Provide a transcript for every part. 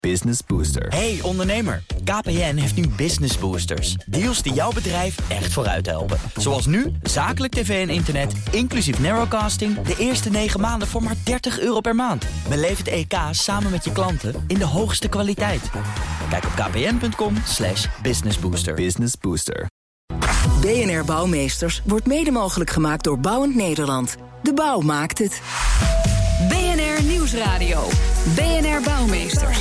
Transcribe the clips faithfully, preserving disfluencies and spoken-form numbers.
Business Booster. Hey ondernemer, K P N heeft nu Business Boosters. Deals die jouw bedrijf echt vooruit helpen. Zoals nu, zakelijk tv en internet, inclusief narrowcasting... de eerste negen maanden voor maar dertig euro per maand. Beleef het E K samen met je klanten in de hoogste kwaliteit. Kijk op kpn.com slash businessbooster. Business Booster. B N R Bouwmeesters wordt mede mogelijk gemaakt door Bouwend Nederland. De bouw maakt het. B N R Nieuwsradio. B N R Bouwmeesters.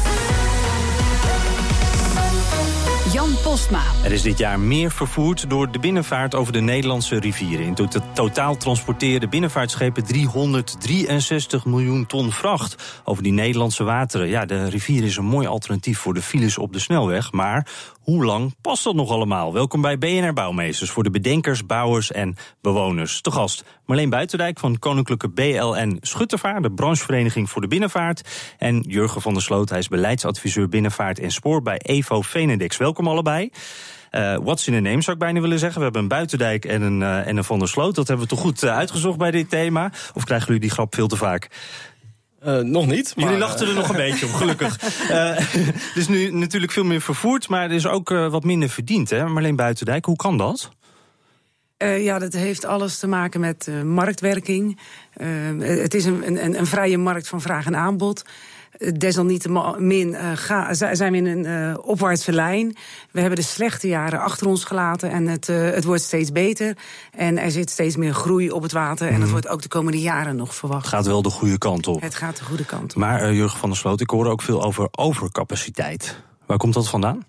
Jan Postma. Er is dit jaar meer vervoerd door de binnenvaart over de Nederlandse rivieren. In to- totaal transporteerden binnenvaartschepen driehonderddrieënzestig miljoen ton vracht over die Nederlandse wateren. Ja, de rivier is een mooi alternatief voor de files op de snelweg, maar hoe lang past dat nog allemaal? Welkom bij B N R Bouwmeesters voor de bedenkers, bouwers en bewoners. Te gast Marleen Buitendijk van Koninklijke B L N Schuttervaart, de branchevereniging voor de binnenvaart. En Jurgen van der Sloot, hij is beleidsadviseur binnenvaart en spoor bij Evo Venedex. Welkom allebei. Uh, what's in a name, zou ik bijna willen zeggen. We hebben een Buitendijk en een, uh, en een Van der Sloot. Dat hebben we toch goed uh, uitgezocht bij dit thema. Of krijgen jullie die grap veel te vaak? Uh, nog niet. Maar... Jullie lachten er nog een beetje om, gelukkig. Uh, er is nu natuurlijk veel meer vervoerd, maar er is ook uh, wat minder verdiend, hè? Marleen Buitendijk, hoe kan dat? Uh, ja, dat heeft alles te maken met uh, marktwerking. Uh, het is een, een, een vrije markt van vraag en aanbod. Desalniettemin uh, ga, zijn we in een uh, opwaartse lijn. We hebben de slechte jaren achter ons gelaten en het, uh, het wordt steeds beter. En er zit steeds meer groei op het water. En dat wordt ook de komende jaren nog verwacht. Het gaat wel de goede kant op. Het gaat de goede kant op. Maar uh, Jurgen van der Sloot, ik hoor ook veel over overcapaciteit. Waar komt dat vandaan?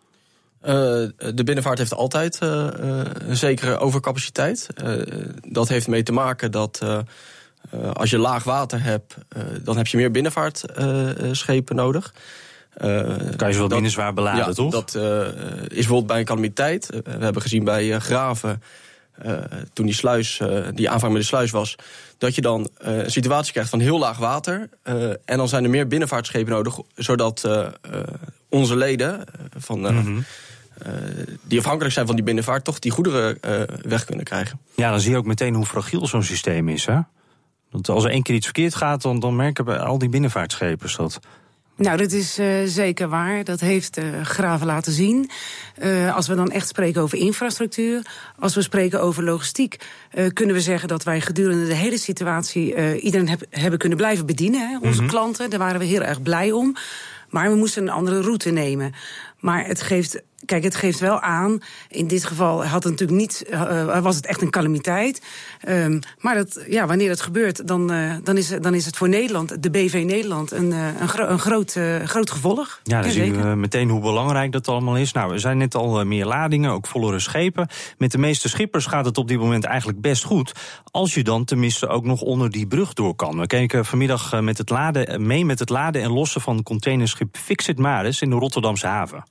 Uh, de binnenvaart heeft altijd uh, uh, een zekere overcapaciteit. Uh, dat heeft mee te maken dat uh, uh, als je laag water hebt, uh, dan heb je meer binnenvaartschepen uh, nodig. Uh, kan je ze wat minder zwaar beladen, ja, toch? Dat uh, is bijvoorbeeld bij een calamiteit. Uh, we hebben gezien bij uh, Graven, uh, toen die sluis, uh, die aanvang met de sluis was, dat je dan uh, een situatie krijgt van heel laag water. Uh, en dan zijn er meer binnenvaartschepen nodig, zodat uh, uh, onze leden uh, van uh, mm-hmm. uh, die afhankelijk zijn van die binnenvaart toch die goederen uh, weg kunnen krijgen. Ja, dan zie je ook meteen hoe fragiel zo'n systeem is, hè? Want als er één keer iets verkeerd gaat, dan, dan merken we al die binnenvaartschepen dat. Nou, dat is uh, zeker waar. Dat heeft uh, Graven laten zien. Uh, als we dan echt spreken over infrastructuur, als we spreken over logistiek, uh, kunnen we zeggen dat wij gedurende de hele situatie uh, iedereen heb, hebben kunnen blijven bedienen. Hè, onze mm-hmm. klanten, daar waren we heel erg blij om. Maar we moesten een andere route nemen. Maar het geeft, kijk, het geeft wel aan. In dit geval had het natuurlijk niet, uh, was het echt een calamiteit. Um, maar dat, ja, wanneer dat gebeurt, dan, uh, dan, is, dan is het voor Nederland, de B V Nederland, een, uh, een, gro- een groot, uh, groot gevolg. Ja, dan ja, zien we meteen hoe belangrijk dat allemaal is. Nou, er zijn net al meer ladingen, ook vollere schepen. Met de meeste schippers gaat het op dit moment eigenlijk best goed. Als je dan tenminste ook nog onder die brug door kan. We keken vanmiddag met het laden, mee met het laden en lossen van containerschip Fixit Maris in de Rotterdamse haven.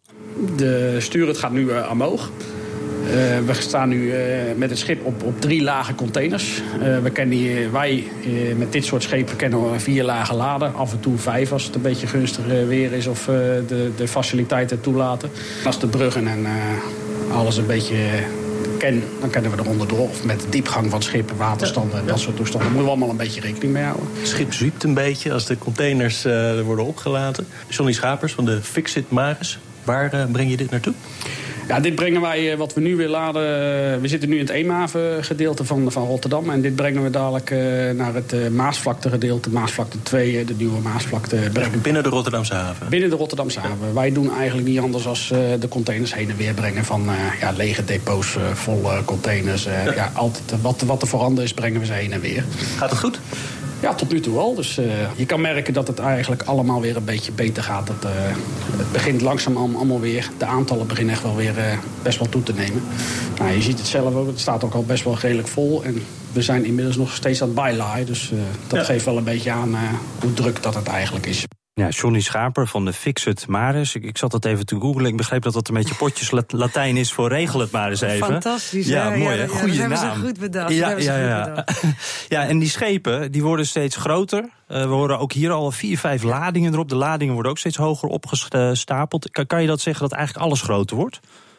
De stuurrit gaat nu uh, omhoog. Uh, we staan nu uh, met het schip op, op drie lage containers. Uh, we kennen hier, wij uh, met dit soort schepen kennen we vier lagen laden. Af en toe vijf als het een beetje gunstig uh, weer is of uh, de, de faciliteiten toelaten. Als de bruggen en uh, alles een beetje uh, kennen, dan kennen we eronder door. Of met de diepgang van schepen, waterstanden en ja, ja. dat soort toestanden. Daar moeten we allemaal een beetje rekening mee houden. Het schip zwiept een beetje als de containers uh, worden opgelaten. Johnny Schapers van de Fixit Maris. Waar uh, breng je dit naartoe? Ja, dit brengen wij, wat we nu weer laden. We zitten nu in het Eemhaven gedeelte van, van Rotterdam. En dit brengen we dadelijk uh, naar het uh, Maasvlakte gedeelte. Maasvlakte twee, de nieuwe Maasvlakte. Brengen. Binnen de Rotterdamse haven? Binnen de Rotterdamse haven. Wij doen eigenlijk niet anders dan uh, de containers heen en weer brengen. Van uh, ja, lege depots, uh, volle containers. Uh, ja. Ja, altijd, wat, wat er voorhanden is, brengen we ze heen en weer. Gaat het goed? Ja, tot nu toe wel. Dus uh, je kan merken dat het eigenlijk allemaal weer een beetje beter gaat. Dat, uh, het begint langzaam allemaal weer. De aantallen beginnen echt wel weer uh, best wel toe te nemen. Nou, je ziet het zelf ook. Het staat ook al best wel redelijk vol. En we zijn inmiddels nog steeds aan het bijlaaien. Dus uh, dat ja. geeft wel een beetje aan uh, hoe druk dat het eigenlijk is. Ja, Johnny Schaper van de Fixit Maris. Ik, ik zat dat even te googlen. Ik begreep dat dat een beetje potjes Latijn is voor regel het maar eens even. Fantastisch. Ja, ja, mooi ja, hè? Goeie ja, dat naam. hebben ze goed bedacht. Ja, dat ja, ja. goed bedacht. Ja, en die schepen die worden steeds groter. Uh, we horen ook hier al vier, vijf ladingen erop. De ladingen worden ook steeds hoger opgestapeld. Kan, kan je dat zeggen dat eigenlijk alles groter wordt?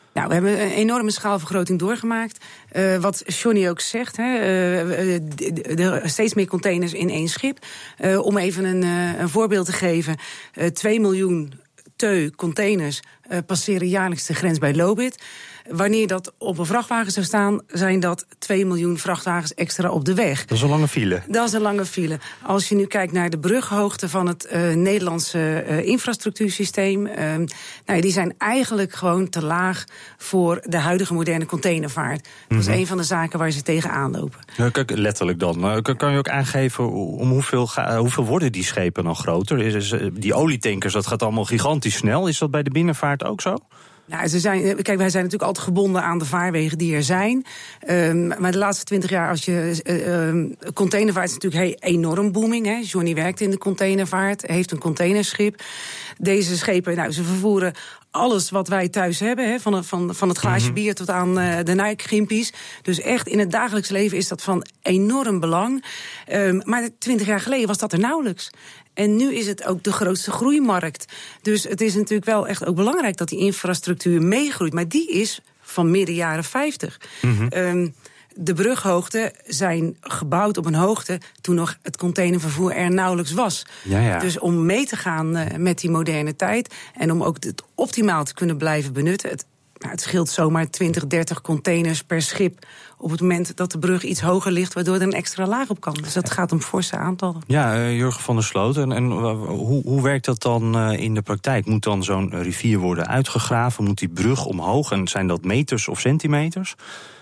Nou, we hebben een enorme schaalvergroting doorgemaakt. Uh, wat Johnny ook zegt, hè, uh, de, de, steeds meer containers in één schip. Uh, om even een, uh, een voorbeeld te geven. Uh, twee miljoen teu containers uh, passeren jaarlijks de grens bij Lobith. Wanneer dat op een vrachtwagen zou staan, zijn dat twee miljoen vrachtwagens extra op de weg. Dat is een lange file. Dat is een lange file. Als je nu kijkt naar de brughoogte van het uh, Nederlandse uh, infrastructuursysteem, Uh, nou, die zijn eigenlijk gewoon te laag voor de huidige moderne containervaart. Dat is mm-hmm. een van de zaken waar ze tegenaan lopen. Ja, kijk, letterlijk dan. Kan je ook aangeven om hoeveel, ga, hoeveel worden die schepen dan groter? Is, is, die olietankers, dat gaat allemaal gigantisch snel. Is dat bij de binnenvaart ook zo? Nou, ze zijn, kijk, wij zijn natuurlijk altijd gebonden aan de vaarwegen die er zijn. Um, maar de laatste twintig jaar, als je uh, um, containervaart is natuurlijk hey, enorm booming. Hè. Johnny werkt in de containervaart, heeft een containerschip. Deze schepen, nou, ze vervoeren alles wat wij thuis hebben, hè, van, van, van het glaasje mm-hmm. bier tot aan uh, de Nike-grimpies. Dus echt, in het dagelijks leven is dat van enorm belang. Um, maar twintig jaar geleden was dat er nauwelijks. En nu is het ook de grootste groeimarkt. Dus het is natuurlijk wel echt ook belangrijk dat die infrastructuur meegroeit. Maar die is van midden jaren vijftig. Mm-hmm. Um, de brughoogten zijn gebouwd op een hoogte toen nog het containervervoer er nauwelijks was. Ja, ja. Dus om mee te gaan uh, met die moderne tijd en om ook het optimaal te kunnen blijven benutten. Het, nou, het scheelt zomaar twintig, dertig containers per schip op het moment dat de brug iets hoger ligt, waardoor er een extra laag op kan. Dus dat gaat om forse aantallen. Ja, uh, Jurgen van der Sloot. En, en uh, hoe, hoe werkt dat dan uh, in de praktijk? Moet dan zo'n rivier worden uitgegraven? Moet die brug omhoog? En zijn dat meters of centimeters?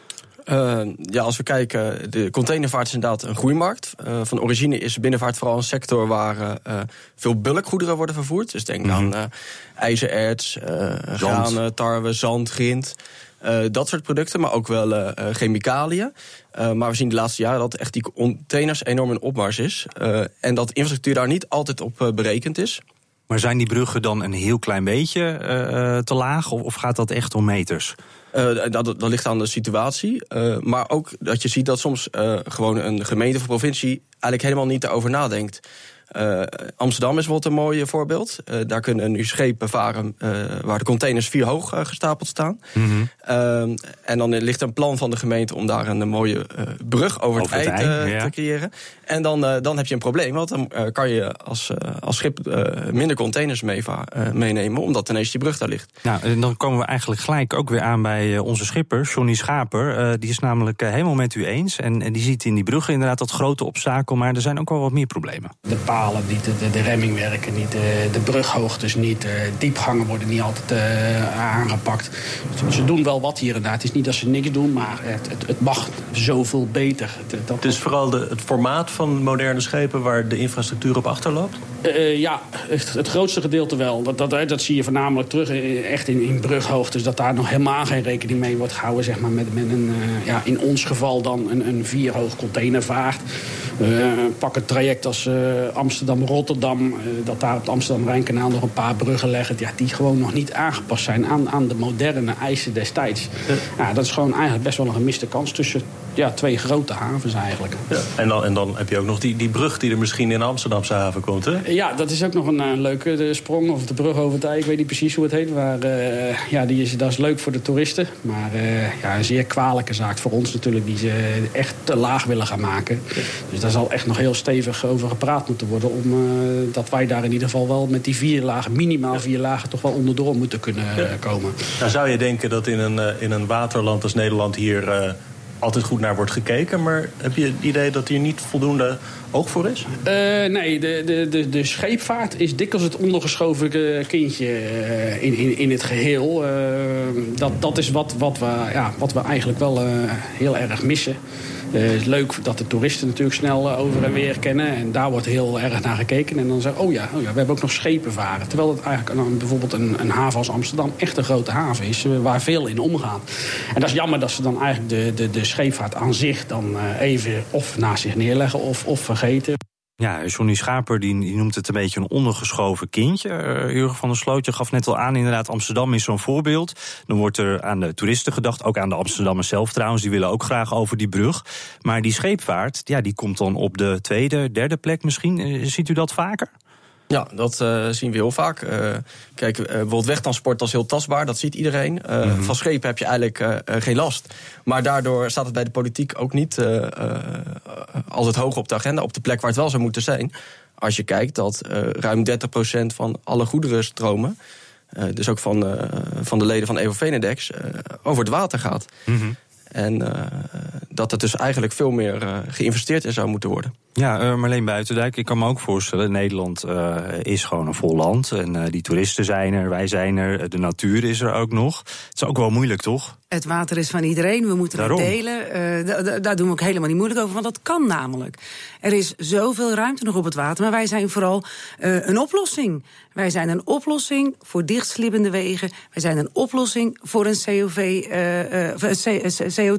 Uh, ja, als we kijken, de containervaart is inderdaad een groeimarkt. Uh, van origine is de binnenvaart vooral een sector waar uh, veel bulkgoederen worden vervoerd. Dus denk mm-hmm. aan uh, ijzererts, uh, granen, tarwe, zand, grind. Uh, dat soort producten, maar ook wel uh, chemicaliën. Uh, maar we zien de laatste jaren dat echt die containers enorm in opmars is. Uh, en dat de infrastructuur daar niet altijd op uh, berekend is. Maar zijn die bruggen dan een heel klein beetje uh, te laag? Of, of gaat dat echt om meters? Uh, dat, dat ligt aan de situatie. Uh, maar ook dat je ziet dat soms uh, gewoon een gemeente of provincie eigenlijk helemaal niet erover nadenkt. Uh, Amsterdam is bijvoorbeeld een mooi voorbeeld. Uh, daar kunnen nu schepen varen uh, waar de containers vier hoog uh, gestapeld staan. Mm-hmm. Uh, en dan ligt er een plan van de gemeente om daar een mooie uh, brug over, over het, het ei, ei uh, ja. te creëren. En dan, uh, dan heb je een probleem, want dan uh, kan je als, uh, als schip uh, minder containers meeva- uh, meenemen, omdat ineens die brug daar ligt. Nou, en dan komen we eigenlijk gelijk ook weer aan bij uh, onze schipper, Johnny Schaper. Uh, die is namelijk uh, helemaal met u eens. En, en die ziet in die bruggen inderdaad dat grote obstakel, maar er zijn ook wel wat meer problemen. De palen niet, de, de remming werken niet, de, de brughoogtes niet, de diepgangen worden niet altijd uh, aangepakt. Ze, ze doen wel wat hier en daar. Het is niet dat ze niks doen, maar het, het, het mag zoveel beter. Het, dat het is vooral de, het formaat van moderne schepen waar de infrastructuur op achterloopt? Uh, ja, het, het grootste gedeelte wel. Dat, dat, dat zie je voornamelijk terug echt in, in brughoogtes, dat daar nog helemaal geen rekening mee wordt gehouden, zeg maar, met, met een, uh, ja, in ons geval dan een, een vierhoog containervaart. Uh, pak het traject als uh, Amsterdam-Rotterdam, uh, dat daar op het Amsterdam-Rijnkanaal nog een paar bruggen leggen, ja, die gewoon nog niet aangepast zijn aan, aan de moderne eisen destijds. Ja. Ja, dat is gewoon eigenlijk best wel een gemiste kans tussen ja, twee grote havens eigenlijk. Ja. En, dan, en dan heb je ook nog die, die brug die er misschien in de Amsterdamse haven komt, hè? Ja, dat is ook nog een, een leuke de sprong, of de brug over het ei, ik weet niet precies hoe het heet. Maar uh, ja, die is, dat is leuk voor de toeristen. Maar uh, ja, een zeer kwalijke zaak voor ons natuurlijk, die ze echt te laag willen gaan maken. Ja. Dus daar zal echt nog heel stevig over gepraat moeten worden, om uh, dat wij daar in ieder geval wel met die vier lagen, minimaal vier lagen, toch wel onderdoor moeten kunnen uh, ja. komen. Nou, zou je denken dat in een, uh, in een waterland als Nederland hier uh, altijd goed naar wordt gekeken, maar heb je het idee dat hier niet voldoende oog voor is? Uh, nee, de, de, de, de scheepvaart is dikwijls het ondergeschoven kindje uh, in, in, in het geheel. Uh, dat, dat is wat, wat, we, ja, wat we eigenlijk wel uh, heel erg missen. Het uh, is leuk dat de toeristen natuurlijk snel uh, over en weer kennen. En daar wordt heel erg naar gekeken. En dan zeggen oh ja, oh ja, we hebben ook nog schepen varen. Terwijl het eigenlijk een, bijvoorbeeld een, een haven als Amsterdam echt een grote haven is, uh, waar veel in omgaat. En dat is jammer dat ze dan eigenlijk de, de, de scheepvaart aan zich dan uh, even of naast zich neerleggen of, of vergeten. Ja, Johnny Schaper die, die noemt het een beetje een ondergeschoven kindje. Uh, Jurgen van der Sloot, je gaf net al aan, inderdaad, Amsterdam is zo'n voorbeeld. Dan wordt er aan de toeristen gedacht, ook aan de Amsterdammers zelf trouwens. Die willen ook graag over die brug. Maar die scheepvaart, ja, die komt dan op de tweede, derde plek misschien. Uh, ziet u dat vaker? Ja, dat uh, zien we heel vaak. Uh, kijk, uh, bijvoorbeeld wegtransport, dat is heel tastbaar, dat ziet iedereen. Uh, mm-hmm. Van schepen heb je eigenlijk uh, uh, geen last. Maar daardoor staat het bij de politiek ook niet uh, uh, altijd hoog op de agenda, op de plek waar het wel zou moeten zijn. Als je kijkt dat uh, ruim dertig procent van alle goederenstromen, uh, dus ook van, uh, van de leden van Evo-Venedex, uh, over het water gaat. Mm-hmm. En uh, dat er dus eigenlijk veel meer uh, geïnvesteerd in zou moeten worden. Ja, uh, Marleen Buitendijk, ik kan me ook voorstellen, Nederland uh, is gewoon een vol land. En uh, die toeristen zijn er, wij zijn er, de natuur is er ook nog. Het is ook wel moeilijk, toch? Het water is van iedereen, we moeten Daarom. het delen. Uh, d- d- daar doen we ook helemaal niet moeilijk over, want dat kan namelijk. Er is zoveel ruimte nog op het water, maar wij zijn vooral uh, een oplossing. Wij zijn een oplossing voor dichtslibbende wegen. Wij zijn een oplossing voor een C O twee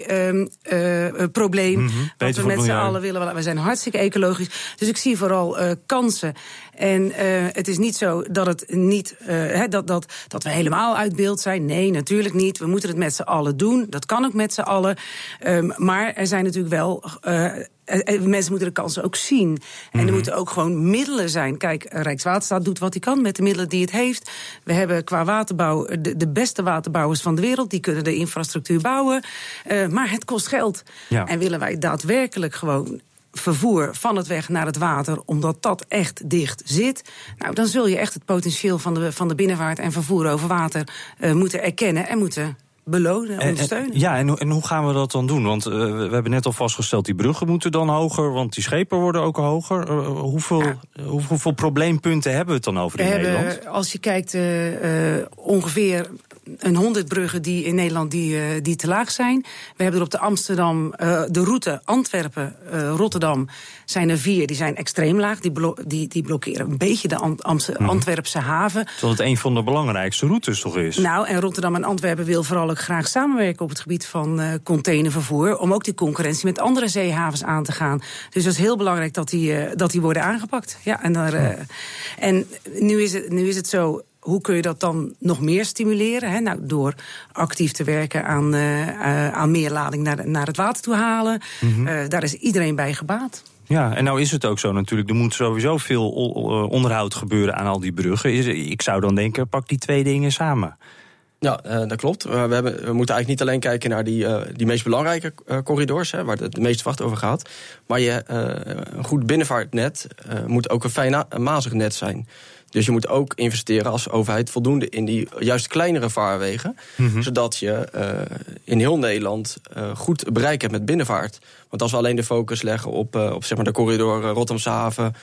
probleem. Um, uh, mm-hmm. Wat we met z'n allen willen. Wij zijn hartstikke ecologisch. Dus ik zie vooral uh, kansen. En uh, het is niet zo dat het niet uh, he, dat, dat, dat we helemaal uit beeld zijn. Nee, natuurlijk niet. We moeten het met z'n allen doen. Dat kan ook met z'n allen. Um, maar er zijn natuurlijk wel Uh, mensen moeten de kansen ook zien. En mm-hmm. er moeten ook gewoon middelen zijn. Kijk, Rijkswaterstaat doet wat hij kan met de middelen die het heeft. We hebben qua waterbouw de, de beste waterbouwers van de wereld. Die kunnen de infrastructuur bouwen. Uh, maar het kost geld. Ja. En willen wij daadwerkelijk gewoon vervoer van het weg naar het water, omdat dat echt dicht zit, nou, dan zul je echt het potentieel van de, van de binnenvaart en vervoer over water uh, moeten erkennen en moeten belonen en ondersteunen. En, ja, en, en hoe gaan we dat dan doen? Want uh, we hebben net al vastgesteld, die bruggen moeten dan hoger, want die schepen worden ook hoger. Uh, hoeveel, ja. uh, hoeveel probleempunten hebben we het dan over in we Nederland? Hebben, als je kijkt, uh, uh, ongeveer een honderd bruggen die in Nederland die, uh, die te laag zijn. We hebben er op de Amsterdam, uh, de route Antwerpen, uh, Rotterdam, zijn er vier, die zijn extreem laag. Die, blo- die, die blokkeren een beetje de Am- Amst- hmm. Antwerpse haven. Terwijl het een van de belangrijkste routes toch is? Nou, en Rotterdam en Antwerpen wil vooral ook graag samenwerken op het gebied van uh, containervervoer, om ook die concurrentie met andere zeehavens aan te gaan. Dus dat is heel belangrijk dat die, uh, dat die worden aangepakt. Ja, en, daar, uh, hmm. en nu, is het, nu is het zo, hoe kun je dat dan nog meer stimuleren? Hè? Nou, door actief te werken aan, uh, uh, aan meer lading naar, naar het water toe halen. Mm-hmm. Uh, daar is iedereen bij gebaat. Ja, en nou is het ook zo natuurlijk, er moet sowieso veel onderhoud gebeuren aan al die bruggen. Ik zou dan denken, pak die twee dingen samen. Ja, uh, dat klopt. Uh, we, hebben, we moeten eigenlijk niet alleen kijken naar die, uh, die meest belangrijke uh, corridors, hè, waar de, de meeste vracht over gaat. Maar je, uh, een goed binnenvaartnet uh, moet ook een fijnmazig net zijn. Dus je moet ook investeren als overheid voldoende in die juist kleinere vaarwegen. Mm-hmm. Zodat je uh, in heel Nederland uh, goed bereik hebt met binnenvaart. Want als we alleen de focus leggen op, uh, op zeg maar de corridor uh, Rotterdamse haven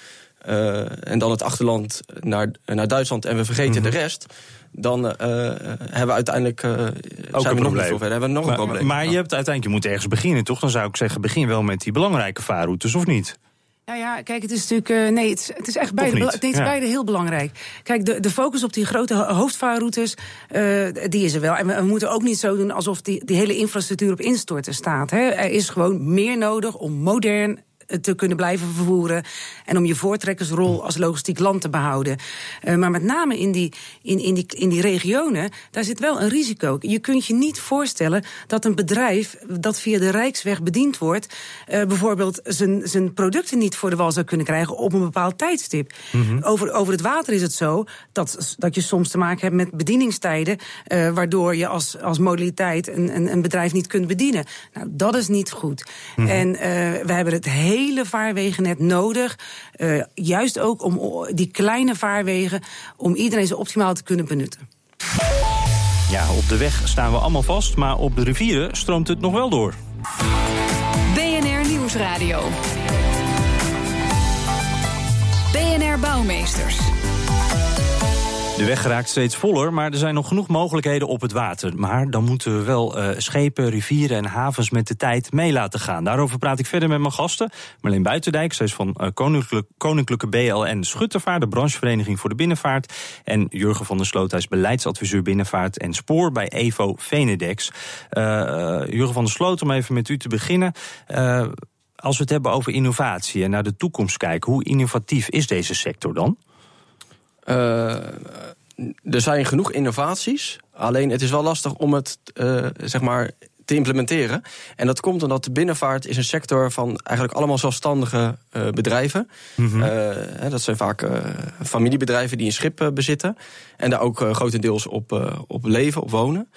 Uh, en dan het achterland naar, naar Duitsland en we vergeten mm-hmm. de rest, dan uh, hebben we uiteindelijk uh, ook zijn een we probleem. nog niet zover, hebben we nog maar, een probleem. Maar je hebt uiteindelijk, je moet ergens beginnen, toch? Dan zou ik zeggen, begin wel met die belangrijke vaarroutes, of niet? Nou ja, kijk, het is natuurlijk. Uh, nee, het is, het is echt beide, nee, het is ja. beide heel belangrijk. Kijk, de, de focus op die grote hoofdvaarroutes, uh, die is er wel. En we, we moeten ook niet zo doen alsof die, die hele infrastructuur op instorten staat. Hè. Er is gewoon meer nodig om modern te kunnen blijven vervoeren en om je voortrekkersrol als logistiek land te behouden. Uh, maar met name in die, in, in, die, in die regionen, daar zit wel een risico. Je kunt je niet voorstellen dat een bedrijf dat via de Rijksweg bediend wordt, uh, bijvoorbeeld zijn, zijn producten niet voor de wal zou kunnen krijgen op een bepaald tijdstip. Mm-hmm. Over, over het water is het zo dat, dat je soms te maken hebt met bedieningstijden, uh, waardoor je als, als modaliteit een, een, een bedrijf niet kunt bedienen. Nou, dat is niet goed. Mm-hmm. En uh, we hebben het hele hele vaarwegennet nodig. Uh, juist ook om die kleine vaarwegen, om iedereen zo optimaal te kunnen benutten. Ja, op de weg staan we allemaal vast, maar op de rivieren stroomt het nog wel door. B N R Nieuwsradio. B N R Bouwmeesters. De weg raakt steeds voller, maar er zijn nog genoeg mogelijkheden op het water. Maar dan moeten we wel uh, schepen, rivieren en havens met de tijd mee laten gaan. Daarover praat ik verder met mijn gasten. Marleen Buitendijk, zij is van uh, Koninklijk, Koninklijke B L N Schuttervaart, de branchevereniging voor de binnenvaart. En Jurgen van der Sloot, hij is beleidsadviseur binnenvaart en spoor bij Evo-Venedex. Uh, uh, Jurgen van der Sloot, om even met u te beginnen. Uh, als we het hebben over innovatie en naar de toekomst kijken, hoe innovatief is deze sector dan? Uh, er zijn genoeg innovaties. Alleen het is wel lastig om het uh, zeg maar te implementeren. En dat komt omdat de binnenvaart is een sector van eigenlijk allemaal zelfstandige uh, bedrijven. Mm-hmm. Uh, dat zijn vaak uh, familiebedrijven die een schip uh, bezitten. En daar ook uh, grotendeels op, uh, op leven, op wonen.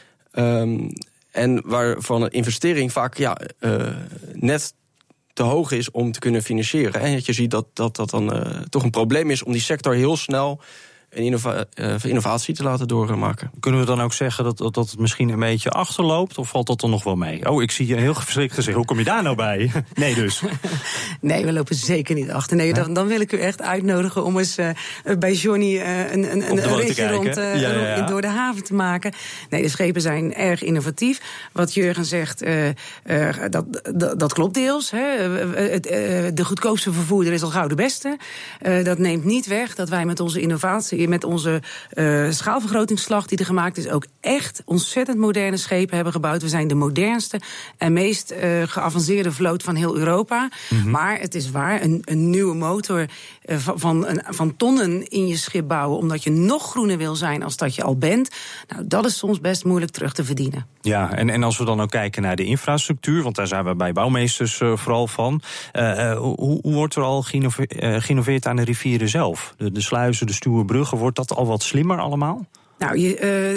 Um, en waarvan een investering vaak ja, uh, net te hoog is om te kunnen financieren. En dat je ziet dat dat, dat dan uh, toch een probleem is om die sector heel snel een innova- uh, innovatie te laten doormaken. Kunnen we dan ook zeggen dat, dat het misschien een beetje achterloopt? Of valt dat er nog wel mee? Oh, ik zie je heel verschrikt gezegd. Hoe kom je daar nou bij? Nee dus. Nee, we lopen zeker niet achter. Nee, dan, dan wil ik u echt uitnodigen om eens uh, bij Johnny uh, een, een, een ritje rond, uh, ja, ja, ja. door de haven te maken. Nee, de schepen zijn erg innovatief. Wat Jurgen zegt, uh, uh, dat, dat, dat klopt deels. Hè. Uh, uh, uh, de goedkoopste vervoerder is al gauw de beste. Uh, dat neemt niet weg dat wij met onze innovatie, met onze uh, schaalvergrotingsslag die er gemaakt is, ook echt ontzettend moderne schepen hebben gebouwd. We zijn de modernste en meest uh, geavanceerde vloot van heel Europa. Mm-hmm. Maar het is waar, een, een nieuwe motor uh, van, van, een, van tonnen in je schip bouwen, omdat je nog groener wil zijn als dat je al bent. Nou, dat is soms best moeilijk terug te verdienen. Ja, en, en als we dan ook kijken naar de infrastructuur, want daar zijn we bij bouwmeesters uh, vooral van. Uh, uh, hoe, hoe wordt er al geïnnoveerd, uh, geïnnoveerd aan de rivieren zelf? De, de sluizen, de stuwe bruggen, wordt dat al wat slimmer allemaal? Nou, je,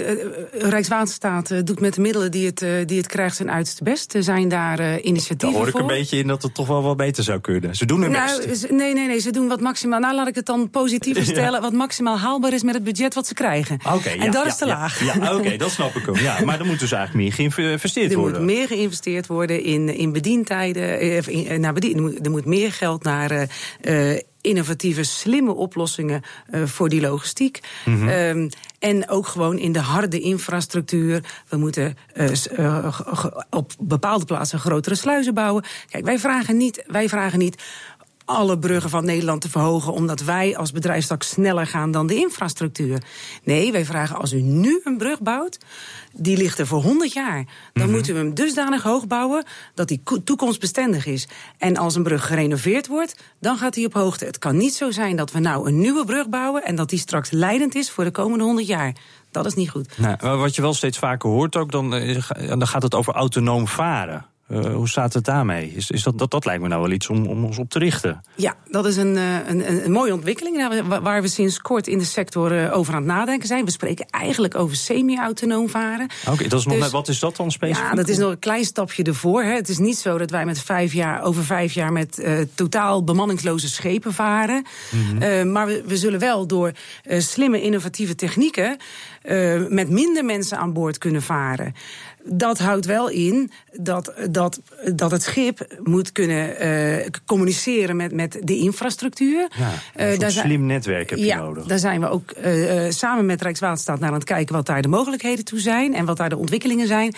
uh, Rijkswaterstaat uh, doet met de middelen die het, uh, die het krijgt zijn uiterste best. Er zijn daar uh, initiatieven voor. Daar hoor ik een beetje in dat het toch wel wat beter zou kunnen. Ze doen hun nou, best. Nee, nee, nee, ze doen wat maximaal. Nou, laat ik het dan positiever stellen. Ja. Wat maximaal haalbaar is met het budget wat ze krijgen. Okay, en ja, dat ja, is te ja, laag. Ja, ja, Oké, okay, dat snap ik hem. Ja, maar er moet dus eigenlijk meer geïnvesteerd er worden. Er moet meer geïnvesteerd worden in, in bedientijden. In, naar bedien, er, moet, er moet meer geld naar Uh, innovatieve, slimme oplossingen uh, voor die logistiek. Mm-hmm. Um, en ook gewoon in de harde infrastructuur. We moeten uh, uh, op bepaalde plaatsen grotere sluizen bouwen. Kijk, wij vragen niet, wij vragen niet alle bruggen van Nederland te verhogen, omdat wij als bedrijf straks sneller gaan dan de infrastructuur. Nee, wij vragen, als u nu een brug bouwt, die ligt er voor honderd jaar. Dan mm-hmm. moeten we hem dusdanig hoog bouwen dat die toekomstbestendig is. En als een brug gerenoveerd wordt, dan gaat die op hoogte. Het kan niet zo zijn dat we nou een nieuwe brug bouwen en dat die straks leidend is voor de komende honderd jaar. Dat is niet goed. Nou, wat je wel steeds vaker hoort ook, dan, dan gaat het over autonoom varen. Uh, hoe staat het daarmee? Is, is dat, dat, dat lijkt me nou wel iets om, om ons op te richten. Ja, dat is een, een, een, een mooie ontwikkeling waar we sinds kort in de sector over aan het nadenken zijn. We spreken eigenlijk over semi-autonoom varen. Oké, okay, dat is nog dus, net, wat is dat dan specifiek? Ja, dat is nog een klein stapje ervoor. Hè. Het is niet zo dat wij met vijf jaar, over vijf jaar met uh, totaal bemanningsloze schepen varen. Mm-hmm. Uh, maar we, we zullen wel door uh, slimme, innovatieve technieken uh, met minder mensen aan boord kunnen varen. Dat houdt wel in dat, dat, dat het schip moet kunnen uh, communiceren met, met de infrastructuur. Ja, een uh, daar slim zijn, netwerk heb je ja, nodig. Daar zijn we ook uh, samen met Rijkswaterstaat naar aan het kijken wat daar de mogelijkheden toe zijn en wat daar de ontwikkelingen zijn.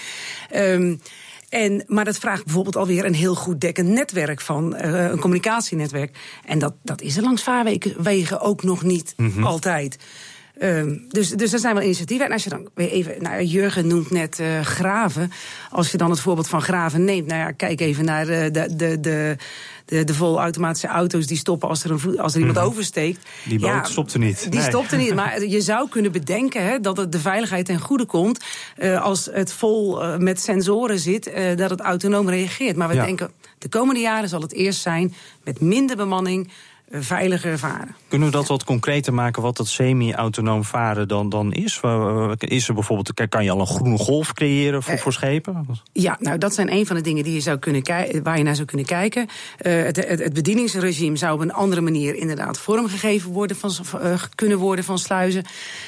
Um, En, maar dat vraagt bijvoorbeeld alweer een heel goed dekkend netwerk van uh, een communicatienetwerk. En dat, dat is er langs vaarwegen ook nog niet mm-hmm. altijd. Um, dus, dus er zijn wel initiatieven. En als je dan weer even, nou, Jurgen noemt net uh, graven. Als je dan het voorbeeld van graven neemt, nou ja, kijk even naar de, de, de, de, de, de volautomatische auto's die stoppen als er, een, als er iemand mm-hmm. oversteekt. Die boot ja, stopt er niet. Die nee. stopt er niet. Maar je zou kunnen bedenken hè, dat het de veiligheid ten goede komt uh, als het vol uh, met sensoren zit, uh, dat het autonoom reageert. Maar we ja. denken, de komende jaren zal het eerst zijn met minder bemanning, veiliger varen. Kunnen we dat wat concreter maken wat dat semi-autonoom varen dan, dan is? Is er bijvoorbeeld, kan je al een groene golf creëren voor, voor schepen? Ja, nou dat zijn een van de dingen die je zou kunnen ki- waar je naar zou kunnen kijken. Uh, het, het, het bedieningsregime zou op een andere manier inderdaad vormgegeven worden van, uh, kunnen worden van sluizen.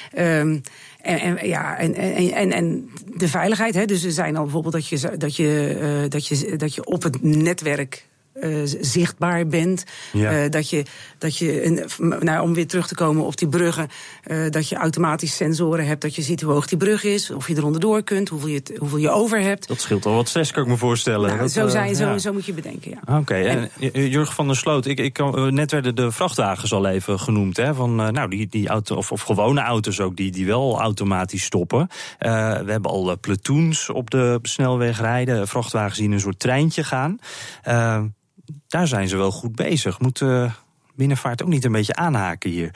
Um, En, en, ja, en, en, en de veiligheid. Hè, dus er zijn al bijvoorbeeld dat je, dat je, uh, dat je, dat je op het netwerk Uh, zichtbaar bent. Ja. Uh, dat je, dat je een, nou, om weer terug te komen op die bruggen, uh, dat je automatisch sensoren hebt, dat je ziet hoe hoog die brug is, of je er onderdoor kunt, hoeveel je, hoeveel je over hebt. Dat scheelt al wat stress, kan ik me voorstellen. Nou, dat, zo, zijn, uh, zo, ja. zo moet je bedenken, ja. Oké, okay, en, en Jurgen van der Sloot, ik, ik, net werden de vrachtwagens al even genoemd, hè, van, uh, nou, die, die auto, of, of gewone auto's ook, die, die wel automatisch stoppen. Uh, we hebben al uh, platoons op de snelweg rijden, vrachtwagens die in een soort treintje gaan. Uh, Daar zijn ze wel goed bezig. Moet de binnenvaart ook niet een beetje aanhaken hier?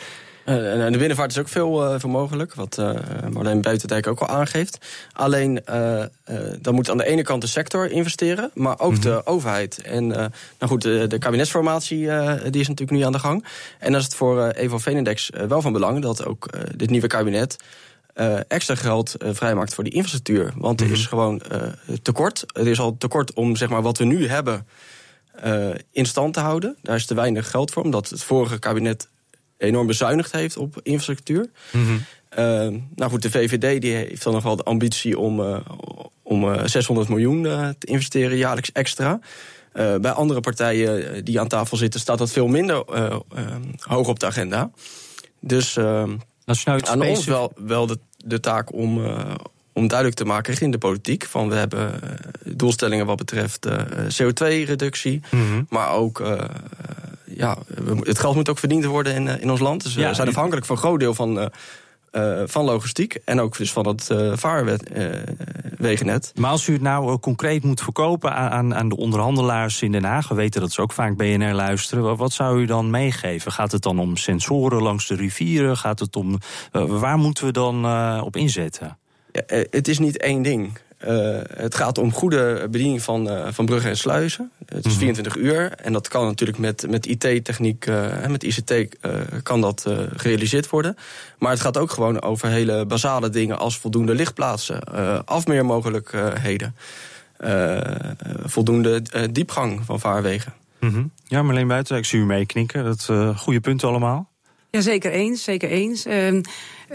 Uh, en de binnenvaart is ook veel, uh, veel mogelijk, wat uh, Marleen Buitendijk ook al aangeeft. Alleen, uh, uh, dan moet aan de ene kant de sector investeren, maar ook mm-hmm. de overheid. En uh, nou goed, de, de kabinetsformatie uh, die is natuurlijk nu aan de gang. En dan is het voor uh, Evo Venedex uh, wel van belang dat ook uh, dit nieuwe kabinet Uh, extra geld uh, vrijmaakt voor die infrastructuur. Want er is gewoon uh, tekort. Er is al tekort om zeg maar, wat we nu hebben uh, in stand te houden. Daar is te weinig geld voor, omdat het vorige kabinet enorm bezuinigd heeft op infrastructuur. Mm-hmm. Uh, nou goed, de V V D die heeft dan nog wel de ambitie om, uh, om uh, zeshonderd miljoen uh, te investeren jaarlijks extra. Uh, bij andere partijen die aan tafel zitten staat dat veel minder uh, uh, hoog op de agenda. Dus Uh, Dat is nou aan ons wel, wel de, de taak om, uh, om duidelijk te maken in de politiek. Van we hebben uh, doelstellingen wat betreft uh, C O twee reductie. Mm-hmm. Maar ook, uh, ja, het geld moet ook verdiend worden in, uh, in ons land. Dus ja, we zijn afhankelijk van een groot deel van, uh, uh, van logistiek. En ook dus van het uh, vaarwegennet. Maar als u het nou uh, concreet moet verkopen aan, aan de onderhandelaars in Den Haag. We weten dat ze ook vaak B N R luisteren. Wat zou u dan meegeven? Gaat het dan om sensoren langs de rivieren? Gaat het om, uh, waar moeten we dan uh, op inzetten? Ja, het is niet één ding. Uh, het gaat om goede bediening van, uh, van bruggen en sluizen. Het is vierentwintig uur en dat kan natuurlijk met, met I T-techniek en uh, met I C T uh, kan dat uh, gerealiseerd worden. Maar het gaat ook gewoon over hele basale dingen als voldoende lichtplaatsen, uh, afmeermogelijkheden, uh, voldoende uh, diepgang van vaarwegen. Mm-hmm. Ja, Marleen Buiten, ik zie u meeknikken. Dat uh, goede punten allemaal. Ja, zeker eens, zeker eens. Uh, uh,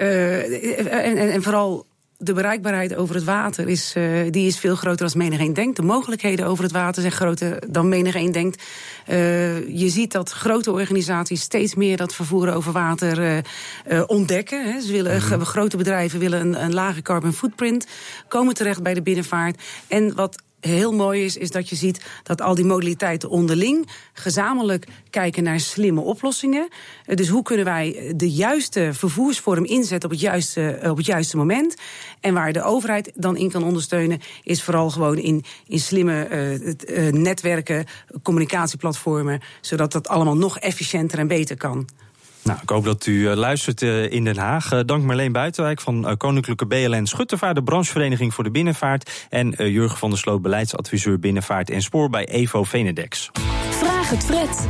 en, en, en vooral de bereikbaarheid over het water is, uh, die is veel groter dan menigeen denkt. De mogelijkheden over het water zijn groter dan menigeen denkt. Uh, je ziet dat grote organisaties steeds meer dat vervoer over water uh, uh, ontdekken. Hè. Ze willen, mm-hmm. Grote bedrijven willen een, een lage carbon footprint, komen terecht bij de binnenvaart. En wat heel mooi is, is dat je ziet dat al die modaliteiten onderling gezamenlijk kijken naar slimme oplossingen. Dus hoe kunnen wij de juiste vervoersvorm inzetten op het juiste, op het juiste moment? En waar de overheid dan in kan ondersteunen, is vooral gewoon in, in slimme uh, uh, netwerken, communicatieplatformen, zodat dat allemaal nog efficiënter en beter kan. Nou, ik hoop dat u uh, luistert uh, in Den Haag. Uh, dank Marleen Buitenwijk van uh, Koninklijke B L N Schuttervaart, de branchevereniging voor de binnenvaart. En uh, Jurgen van der Sloot, beleidsadviseur binnenvaart en spoor bij Evo Venedex. Vraag het Fred.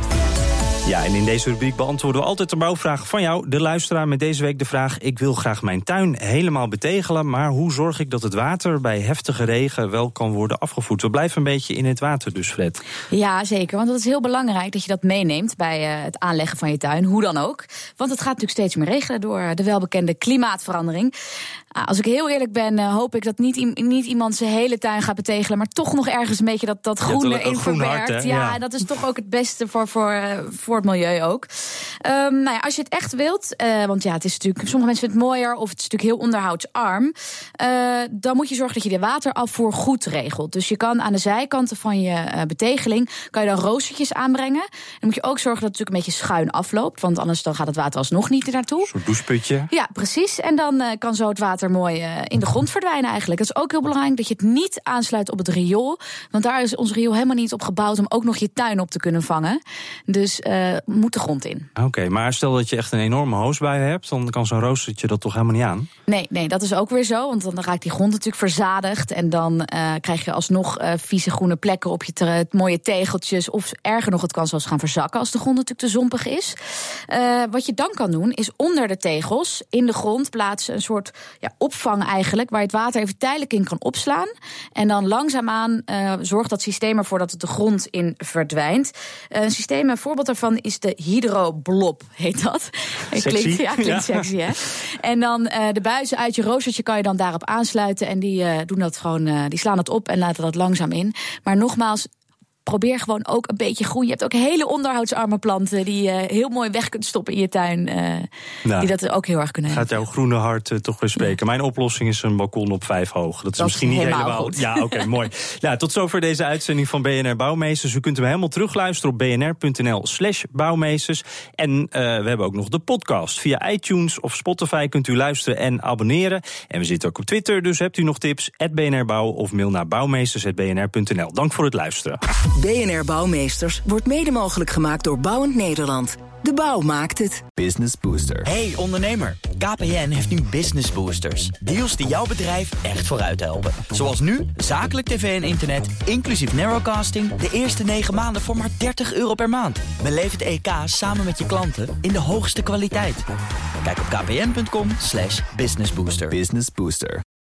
Ja, en in deze rubriek beantwoorden we altijd de bouwvraag van jou, de luisteraar, met deze week de vraag: ik wil graag mijn tuin helemaal betegelen, maar hoe zorg ik dat het water bij heftige regen wel kan worden afgevoerd? We blijven een beetje in het water dus, Fred. Ja, zeker, want het is heel belangrijk dat je dat meeneemt bij uh, het aanleggen van je tuin, hoe dan ook. Want het gaat natuurlijk steeds meer regenen door de welbekende klimaatverandering. Uh, als ik heel eerlijk ben, uh, hoop ik dat niet, i- niet iemand zijn hele tuin gaat betegelen, maar toch nog ergens een beetje dat, dat groen erin verwerkt. Hart, ja, ja, dat is toch ook het beste voor, voor, uh, voor het milieu ook. Um, nou ja, als je het echt wilt, uh, want ja, het is natuurlijk, sommige mensen vinden het mooier of het is natuurlijk heel onderhoudsarm, uh, dan moet je zorgen dat je de waterafvoer goed regelt. Dus je kan aan de zijkanten van je uh, betegeling, kan je dan roostertjes aanbrengen. Dan moet je ook zorgen dat het natuurlijk een beetje schuin afloopt, want anders dan gaat het water alsnog niet er naartoe. Een soort doucheputje. Ja, precies. En dan uh, kan zo het water mooi uh, in de grond verdwijnen eigenlijk. Dat is ook heel belangrijk dat je het niet aansluit op het riool, want daar is ons riool helemaal niet op gebouwd om ook nog je tuin op te kunnen vangen. Dus uh, moet de grond in. Oké, okay, maar stel dat je echt een enorme hoosbui hebt, dan kan zo'n roostertje dat toch helemaal niet aan? Nee, nee, dat is ook weer zo, want dan raakt die grond natuurlijk verzadigd en dan uh, krijg je alsnog uh, vieze groene plekken op je te- mooie tegeltjes, of erger nog, het kan zelfs gaan verzakken als de grond natuurlijk te zompig is. Uh, wat je dan kan doen, is onder de tegels in de grond plaatsen een soort ja, opvang eigenlijk, waar je het water even tijdelijk in kan opslaan. En dan langzaamaan uh, zorgt dat systeem ervoor dat het de grond in verdwijnt. Uh, een systeem, een voorbeeld daarvan is de hydroblob, heet dat. Sexy. Klinkt, ja, klinkt ja. sexy, hè? En dan uh, de buizen uit je roostertje kan je dan daarop aansluiten. En die, uh, doen dat gewoon, uh, die slaan het op en laten dat langzaam in. Maar nogmaals, probeer gewoon ook een beetje groen. Je hebt ook hele onderhoudsarme planten die je heel mooi weg kunt stoppen in je tuin. Uh, nou, die dat ook heel erg kunnen gaat helpen. jouw groene hart uh, toch weer spreken. Ja. Mijn oplossing is een balkon op vijf hoog. Dat is dat misschien is niet helemaal, helemaal goed. Ja, oké, okay, mooi. Ja, tot zover deze uitzending van B N R Bouwmeesters. U kunt hem helemaal terugluisteren op bnr.nl slash bouwmeesters. En uh, we hebben ook nog de podcast. Via iTunes of Spotify kunt u luisteren en abonneren. En we zitten ook op Twitter, dus hebt u nog tips? at B N R Bouw of mail naar bouwmeesters at b n r punt n l. Dank voor het luisteren. B N R Bouwmeesters wordt mede mogelijk gemaakt door Bouwend Nederland. De bouw maakt het. Business Booster. Hey ondernemer, K P N heeft nu Business Boosters. Deals die jouw bedrijf echt vooruit helpen. Zoals nu, zakelijk tv en internet, inclusief narrowcasting... de eerste negen maanden voor maar dertig euro per maand. Beleef het E K samen met je klanten in de hoogste kwaliteit. Kijk op kpn punt com slash businessbooster. Business Booster.